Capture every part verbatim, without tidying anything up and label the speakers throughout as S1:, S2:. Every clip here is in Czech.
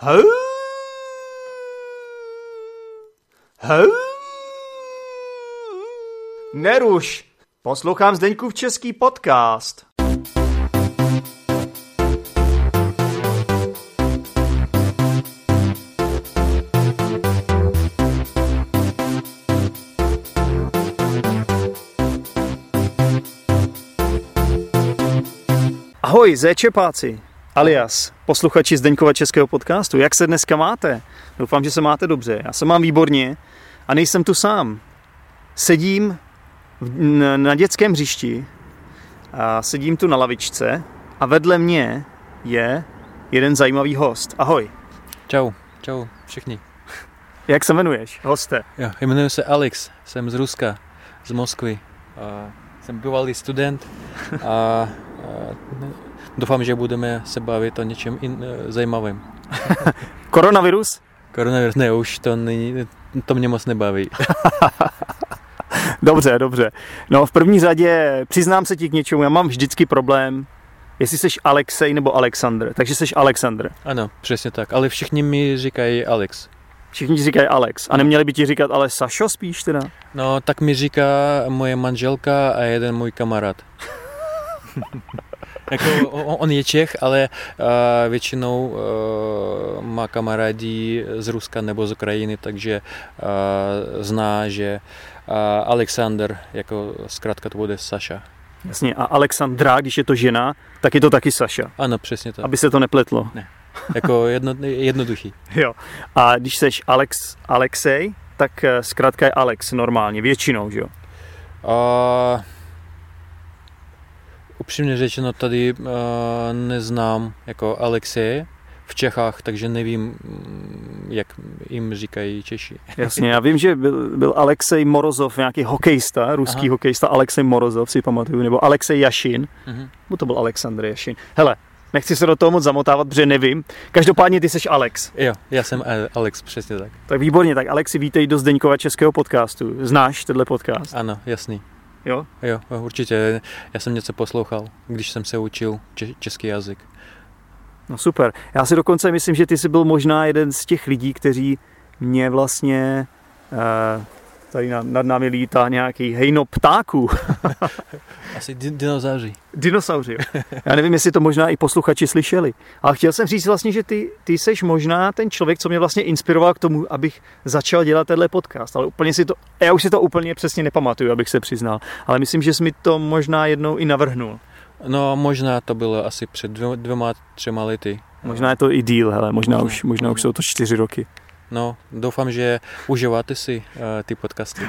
S1: Hau. Hau. Neruš, poslouchám Zdeňkův český podcast. Ahoj, zéčepáci, alias posluchači Zdeňkova českého podcastu. Jak se dneska máte? Doufám, že se máte dobře. Já se mám výborně a nejsem tu sám. Sedím na dětském hřišti a sedím tu na lavičce a vedle mě je jeden zajímavý host. Ahoj.
S2: Čau, čau všichni.
S1: Jak se jmenuješ, hoste?
S2: Jo, jmenuji se Alex, jsem z Ruska, z Moskvy. A jsem bývalý student a, a doufám, že budeme se bavit o něčem in, zajímavým.
S1: Koronavirus?
S2: Koronavirus, ne, už to, není, to mě moc nebaví.
S1: Dobře, dobře. No v první řadě přiznám se ti k něčemu, já mám vždycky problém, jestli seš Alexej nebo Alexandr, takže seš Alexandr.
S2: Ano, přesně tak, ale všichni mi říkají Alex.
S1: Všichni ti říkají Alex a neměli by ti říkat ale Sašo spíš teda?
S2: No tak mi říká moje manželka a jeden můj kamarád. Jako, on je Čech, ale uh, většinou uh, má kamarádi z Ruska nebo z Ukrajiny, takže uh, zná, že uh, Alexander, jako zkrátka to bude Saša.
S1: Jasně, a Alexandra, když je to žena, tak je to taky Saša.
S2: Ano, přesně tak.
S1: Aby se to nepletlo.
S2: Ne, jako jedno, jednoduchý.
S1: Jo, a když seš Alex, Alexej, tak zkrátka je Alex normálně, většinou, že jo?
S2: Uh, Upřímně řečeno, tady uh, neznám jako Alexeje v Čechách, takže nevím, jak jim říkají Češi.
S1: Jasně, já vím, že byl, byl Alexej Morozov, nějaký hokejista, ruský Aha. hokejista, Alexej Morozov, si pamatuju, nebo Alexej Jašin, uh-huh. nebo to byl Alexandr Jašin. Hele, nechci se do toho moc zamotávat, protože nevím. Každopádně ty seš Alex.
S2: Jo, já jsem Alex, přesně tak.
S1: Tak výborně, tak Alexi, vítej do Zdeňkova českého podcastu. Znáš tenhle podcast?
S2: Ano, jasný.
S1: Jo?
S2: Jo, určitě. Já jsem něco poslouchal, když jsem se učil český jazyk.
S1: No super. Já si dokonce myslím, že ty jsi byl možná jeden z těch lidí, kteří mě vlastně uh, tady nad námi lítá nějaký hejno ptáků.
S2: Asi di- dinosauři.
S1: Dinosauři. Já nevím, jestli to možná i posluchači slyšeli. Ale chtěl jsem říct vlastně, že ty, ty seš možná ten člověk, co mě vlastně inspiroval k tomu, abych začal dělat tenhle podcast. Ale úplně si to, já už si to úplně přesně nepamatuju, abych se přiznal. Ale myslím, že jsi mi to možná jednou i navrhnul.
S2: No možná to bylo asi před dvěma, třema lety.
S1: Možná je to i díl, hele, možná, možná, už, možná už jsou to čtyři roky.
S2: No, doufám, že užíváte si uh, ty podcasty.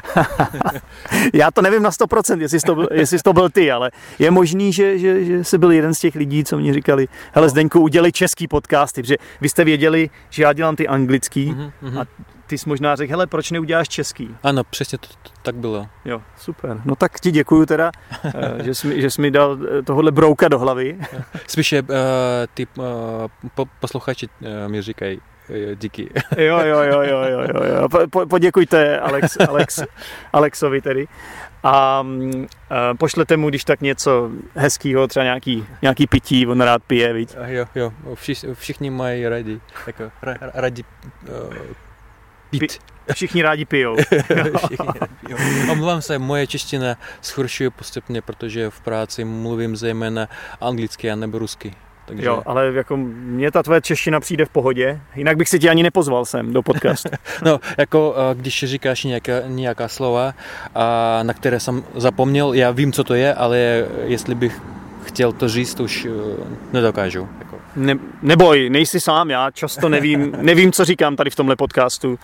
S1: Já to nevím na sto procent, jestli jsi to byl, jestli jsi to byl ty, ale je možný, že, že, že jsi byl jeden z těch lidí, co mě říkali, hele Zdeňku, udělej český podcasty, protože vy jste věděli, že já dělám ty anglický mm-hmm. a ty jsi možná řekl, hele, proč neuděláš český?
S2: Ano, přesně to, to tak bylo.
S1: Jo, super. No tak ti děkuju teda, že jsi, že jsi mi dal tohohle brouka do hlavy.
S2: Spíše uh, ty uh, po, posluchači uh, mi říkají, díky.
S1: Jo, jo, jo, jo, jo, jo. Po, poděkujte Alex, Alex, Alexovi tedy. A, a pošlete mu, když tak něco hezkýho, třeba nějaký, nějaký pití, on rád pije, viď?
S2: Jo, jo, Všich, všichni mají rádi, jako ra, rádi uh, pít.
S1: Všichni rádi pijou.
S2: Všichni rádi pijou. Omlouvám se, moje čeština zhoršuje postupně, protože v práci mluvím zejména anglicky a nebo rusky. Takže...
S1: Jo, ale jako mně ta tvoje čeština přijde v pohodě, jinak bych si tě ani nepozval sem do podcastu.
S2: No, jako když říkáš nějaká, nějaká slova, a na které jsem zapomněl, já vím, co to je, ale jestli bych chtěl to říct, už nedokážu. Jako.
S1: Ne, neboj, nejsi sám, já často nevím, nevím, co říkám tady v tomhle podcastu.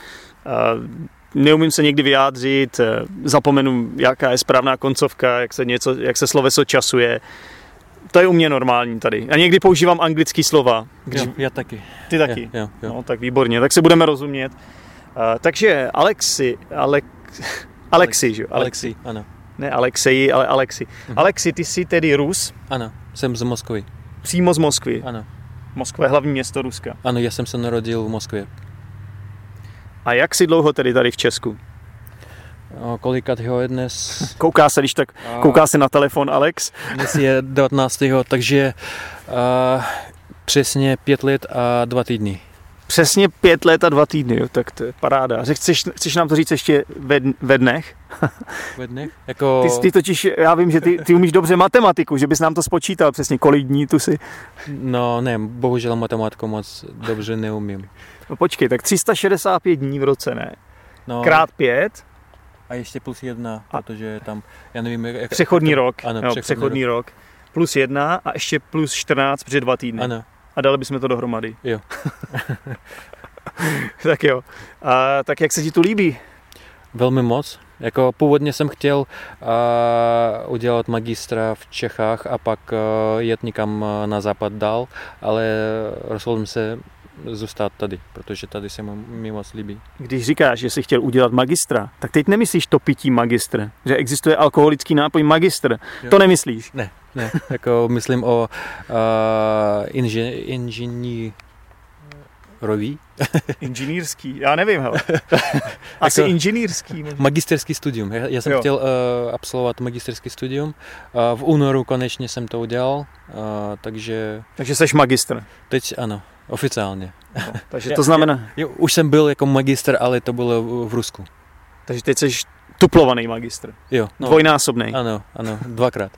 S1: Neumím se někdy vyjádřit, zapomenu, jaká je správná koncovka, jak se, něco, jak se sloveso časuje. To je u mě normální tady. A někdy používám anglický slova.
S2: Když... Jo, já taky.
S1: Ty taky?
S2: Jo, jo, jo.
S1: No, tak výborně, tak se budeme rozumět. Uh, takže Alexi, Alex, Alexi, že jo?
S2: Alexi, ano.
S1: Ne Alexeji, ale Alexi. Mhm. Alexi, ty jsi tedy Rus?
S2: Ano, jsem z Moskvy.
S1: Přímo z Moskvy?
S2: Ano.
S1: Moskva je hlavní město Ruska?
S2: Ano, já jsem se narodil v Moskvě.
S1: A jak jsi dlouho tedy tady v Česku?
S2: O, kolikátýho je dnes?
S1: Kouká se, když tak, a... kouká se na telefon Alex.
S2: Dnes je devatenáctého takže uh, přesně pět let a dva týdny.
S1: Přesně pět let a dva týdny, jo, tak to je paráda. Chceš, chceš nám to říct ještě ve, ve dnech?
S2: Ve dnech? Jako...
S1: Ty, ty totiž, já vím, že ty, ty umíš dobře matematiku, že bys nám to spočítal přesně, kolik dní tu si.
S2: No ne, bohužel matematiku moc dobře neumím.
S1: No počkej, tak tři sta šedesát pět dní v roce, ne?
S2: No,
S1: Krát pět.
S2: A ještě plus jedna, protože je tam, já nevím, jak...
S1: Přechodní rok,
S2: ano,
S1: jo,
S2: přechodní,
S1: přechodní rok. rok. Plus jedna a ještě plus čtrnáct, protože dva týdny.
S2: Ano.
S1: A dali bychom to dohromady.
S2: Jo.
S1: Tak jo. A tak jak se ti tu líbí?
S2: Velmi moc. Jako původně jsem chtěl uh, udělat magistra v Čechách a pak uh, jet někam na západ dál, ale rozhodl jsem se zůstat tady, protože tady se mi moc líbí.
S1: Když říkáš, že jsi chtěl udělat magistra, tak teď nemyslíš to pití magistr, že existuje alkoholický nápoj magistr. Jo. To nemyslíš?
S2: Ne, ne. Jako myslím o uh, inži, inženýroví.
S1: Inženýrský, já nevím, hele. Asi jako inženýrský.
S2: Magisterský studium. Já, já jsem jo. chtěl uh, absolvovat magisterský studium. Uh, v únoru konečně jsem to udělal, uh, takže...
S1: Takže seš magistr.
S2: Teď ano, oficiálně.
S1: No, takže to znamená...
S2: Já, já, už jsem byl jako magistr, ale to bylo v Rusku.
S1: Takže teď seš tuplovaný magistr.
S2: Jo. No,
S1: dvojnásobný.
S2: Ano, ano, dvakrát.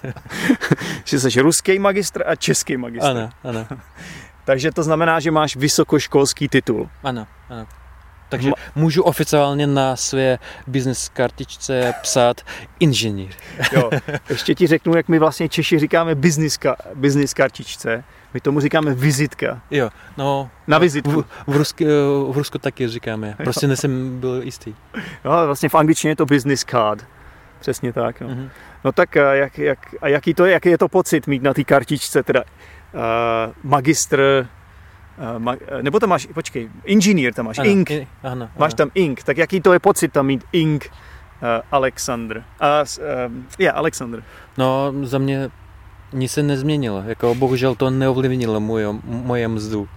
S1: Že seš ruský magistr a český magistr.
S2: Ano, ano.
S1: Takže to znamená, že máš vysokoškolský titul.
S2: Ano, ano. Takže Ma- můžu oficiálně na své business kartičce psát inženýr.
S1: Jo, ještě ti řeknu, jak my vlastně Češi říkáme business, ka- business kartičce. My tomu říkáme vizitka.
S2: Jo, no.
S1: Na vizitku.
S2: V, v, Rusku, v Rusku taky říkáme. Prostě nejsem byl jistý.
S1: No, vlastně v angličtině je to business card. Přesně tak. No, mm-hmm. No tak jak, jak, a jaký to je, jaký je to pocit mít na té kartičce teda uh, magistr, uh, ma, nebo tam máš, počkej, inženýr tam máš,
S2: ano,
S1: ink,
S2: i, ano,
S1: máš
S2: ano.
S1: tam ink, tak jaký to je pocit tam mít ink uh, Alexandr? Uh, uh, je, Alexandr.
S2: No, za mě nic se nezměnilo, jako bohužel to neovlivnilo moje, moje mzdu.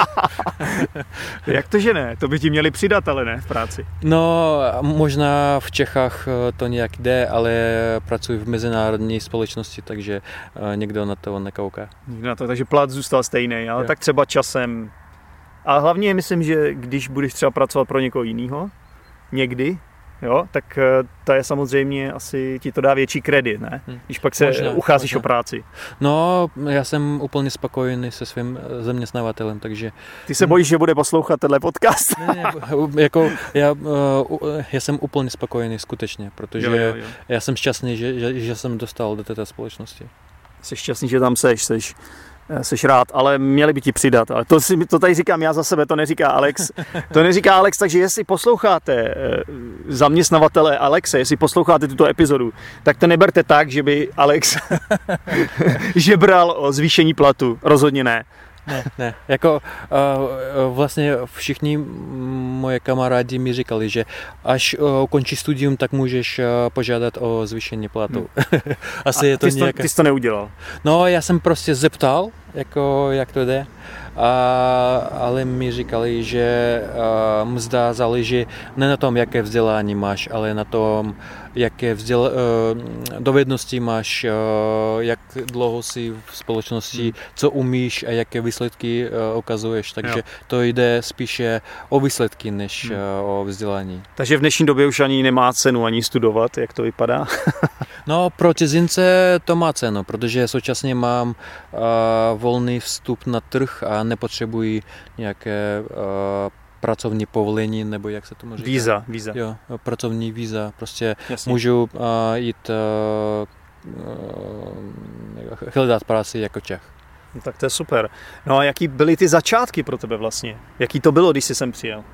S1: Jak to, že ne? To by ti měli přidat, ale ne v práci.
S2: No, možná v Čechách to nějak jde, ale pracuji v mezinárodní společnosti, takže někdo na to nekouká.
S1: Na to, takže plat zůstal stejný, ale jo. Tak třeba časem. A hlavně myslím, že když budeš třeba pracovat pro někoho jiného, někdy, jo, tak to je samozřejmě asi ti to dá větší kredit, ne? Když pak se možná, ucházíš možná. o práci.
S2: No, já jsem úplně spokojený se svým zaměstnavatelem, takže...
S1: Ty se bojíš, že bude poslouchat tenhle podcast?
S2: Ne, ne, jako já, já jsem úplně spokojený skutečně, protože jo, jo, jo. já jsem šťastný, že, že, že jsem dostal do této společnosti.
S1: Jsi šťastný, že tam seš, seš. Seš rád, ale měli by ti přidat. Ale to, si, to tady říkám já za sebe, to neříká Alex. To neříká Alex, takže jestli posloucháte zaměstnavatele Alexe, jestli posloucháte tuto epizodu, tak to neberte tak, že by Alex žebral o zvýšení platu. Rozhodně ne.
S2: Ne, ne. Jako uh, vlastně všichni moje kamarádi mi říkali, že až uh, ukončí studium, tak můžeš uh, požádat o zvýšení platu. Hmm. Asi
S1: A
S2: je to
S1: ty,
S2: nějaká...
S1: to, ty jsi to neudělal?
S2: No, já jsem prostě zeptal, jako, jak to jde, a, ale mi říkali, že uh, mzda záleží ne na tom, jaké vzdělání máš, ale na tom, jaké vzděl, uh, dovednosti máš, uh, jak dlouho jsi v společnosti, hmm. co umíš a jaké výsledky uh, ukazuješ. Takže jo. to jde spíše o výsledky, než hmm. uh, o vzdělání.
S1: Takže v dnešní době už ani nemá cenu ani studovat, jak to vypadá?
S2: No, pro cizince to má cenu, protože současně mám uh, volný vstup na trh a nepotřebuji nějaké uh, pracovní povolení, nebo jak se tomu říká?
S1: Víza, víza.
S2: Jo, pracovní víza. Prostě
S1: Jasně.
S2: můžu uh, jít uh, uh, hledat práci jako Čech.
S1: No, tak to je super. No a jaký byly ty začátky pro tebe vlastně? Jaký to bylo, když jsi sem přijel?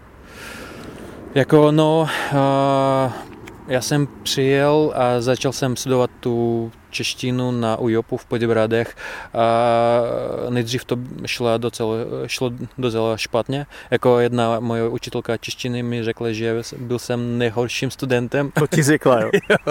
S2: Jako, no... Uh, Já jsem přijel a začal jsem studovat tu češtinu na U J O P u v Poděbradech a nejdřív to šlo docela, šlo docela špatně. Jako jedna moje učitelka češtiny mi řekla, že byl jsem nejhorším studentem.
S1: To ti řekla, jo?
S2: jo.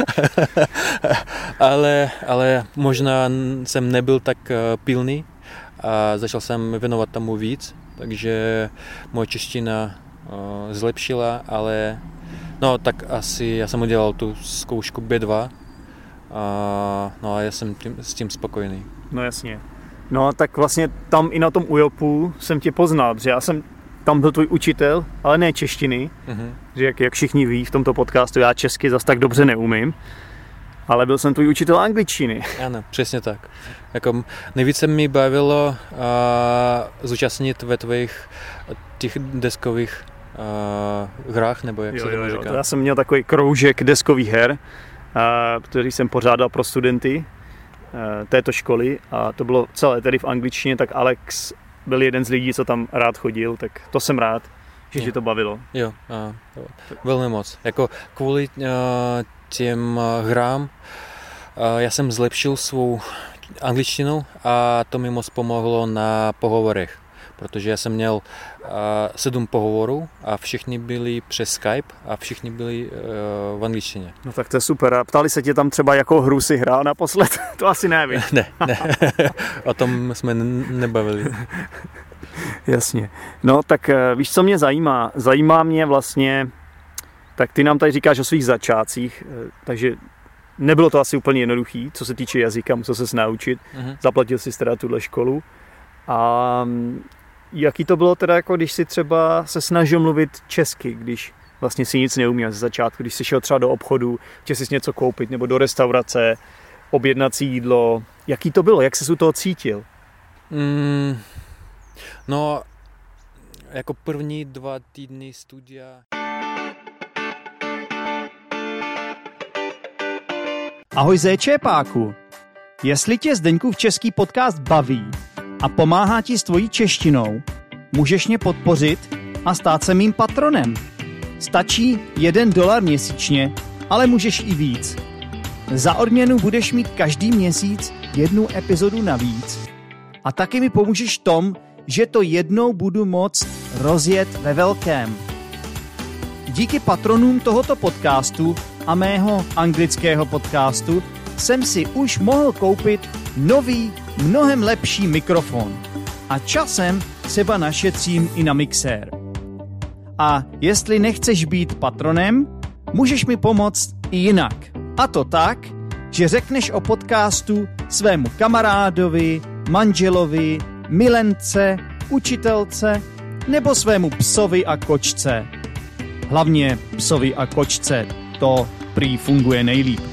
S2: ale, ale možná jsem nebyl tak pilný a začal jsem věnovat tomu víc, takže moje čeština zlepšila, ale no tak asi já jsem udělal tu zkoušku bé dva a, no a já jsem tím, s tím spokojený.
S1: No jasně. No tak vlastně tam i na tom U J O P jsem tě poznal, protože já jsem tam byl tvůj učitel, ale ne češtiny, mm-hmm. že jak, jak všichni ví v tomto podcastu, já česky zas tak dobře neumím, ale byl jsem tvůj učitel angličtiny.
S2: Ano, přesně tak. Jako nejvíce mi bavilo uh, zúčastnit ve tvých těch deskových uh, hrách, nebo jak jo, se to říká.
S1: Já jsem měl takový kroužek deskových her, uh, který jsem pořádal pro studenty uh, této školy a to bylo celé tedy v angličtině, tak Alex byl jeden z lidí, co tam rád chodil, tak to jsem rád, že ti to bavilo.
S2: Jo, a, velmi moc. Jako kvůli uh, těm uh, hrám uh, já jsem zlepšil svou angličtinu a to mi moc pomohlo na pohovorech, protože já jsem měl uh, sedm pohovorů a všichni byli přes Skype a všichni byli uh, v angličtině.
S1: No tak to je super. A ptali se tě tam třeba, jakou hru si hrál naposled? To asi nevím.
S2: Ne, ne. O tom jsme nebavili.
S1: Jasně. No tak víš, co mě zajímá? Zajímá mě vlastně, tak ty nám tady říkáš o svých začátcích, takže nebylo to asi úplně jednoduchý, co se týče jazyka, musel ses naučit. Uh-huh. Zaplatil jsi teda tuhle školu. A jaký to bylo teda, jako když si třeba se snažil mluvit česky, když vlastně si nic neuměl ze začátku, když jsi šel třeba do obchodu, chtěl jsi něco koupit, nebo do restaurace, objednat si jídlo. Jaký to bylo? Jak jsi u toho cítil?
S2: Mm, no, jako první dva týdny studia.
S1: Ahoj Zéčépáku. Jestli tě Zdeňkův český podcast baví a pomáhá ti s tvojí češtinou, můžeš mě podpořit a stát se mým patronem. Stačí jeden dolar měsíčně, ale můžeš i víc. Za odměnu budeš mít každý měsíc jednu epizodu navíc. A taky mi pomůžeš tom, že to jednou budu moct rozjet ve velkém. Díky patronům tohoto podcastu a mého anglického podcastu jsem si už mohl koupit nový, mnohem lepší mikrofon. A časem třeba našetřím i na mixér. A jestli nechceš být patronem, můžeš mi pomoct i jinak. A to tak, že řekneš o podcastu svému kamarádovi, manželovi, milence, učitelce nebo svému psovi a kočce. Hlavně psovi a kočce, to prý funguje nejlíp.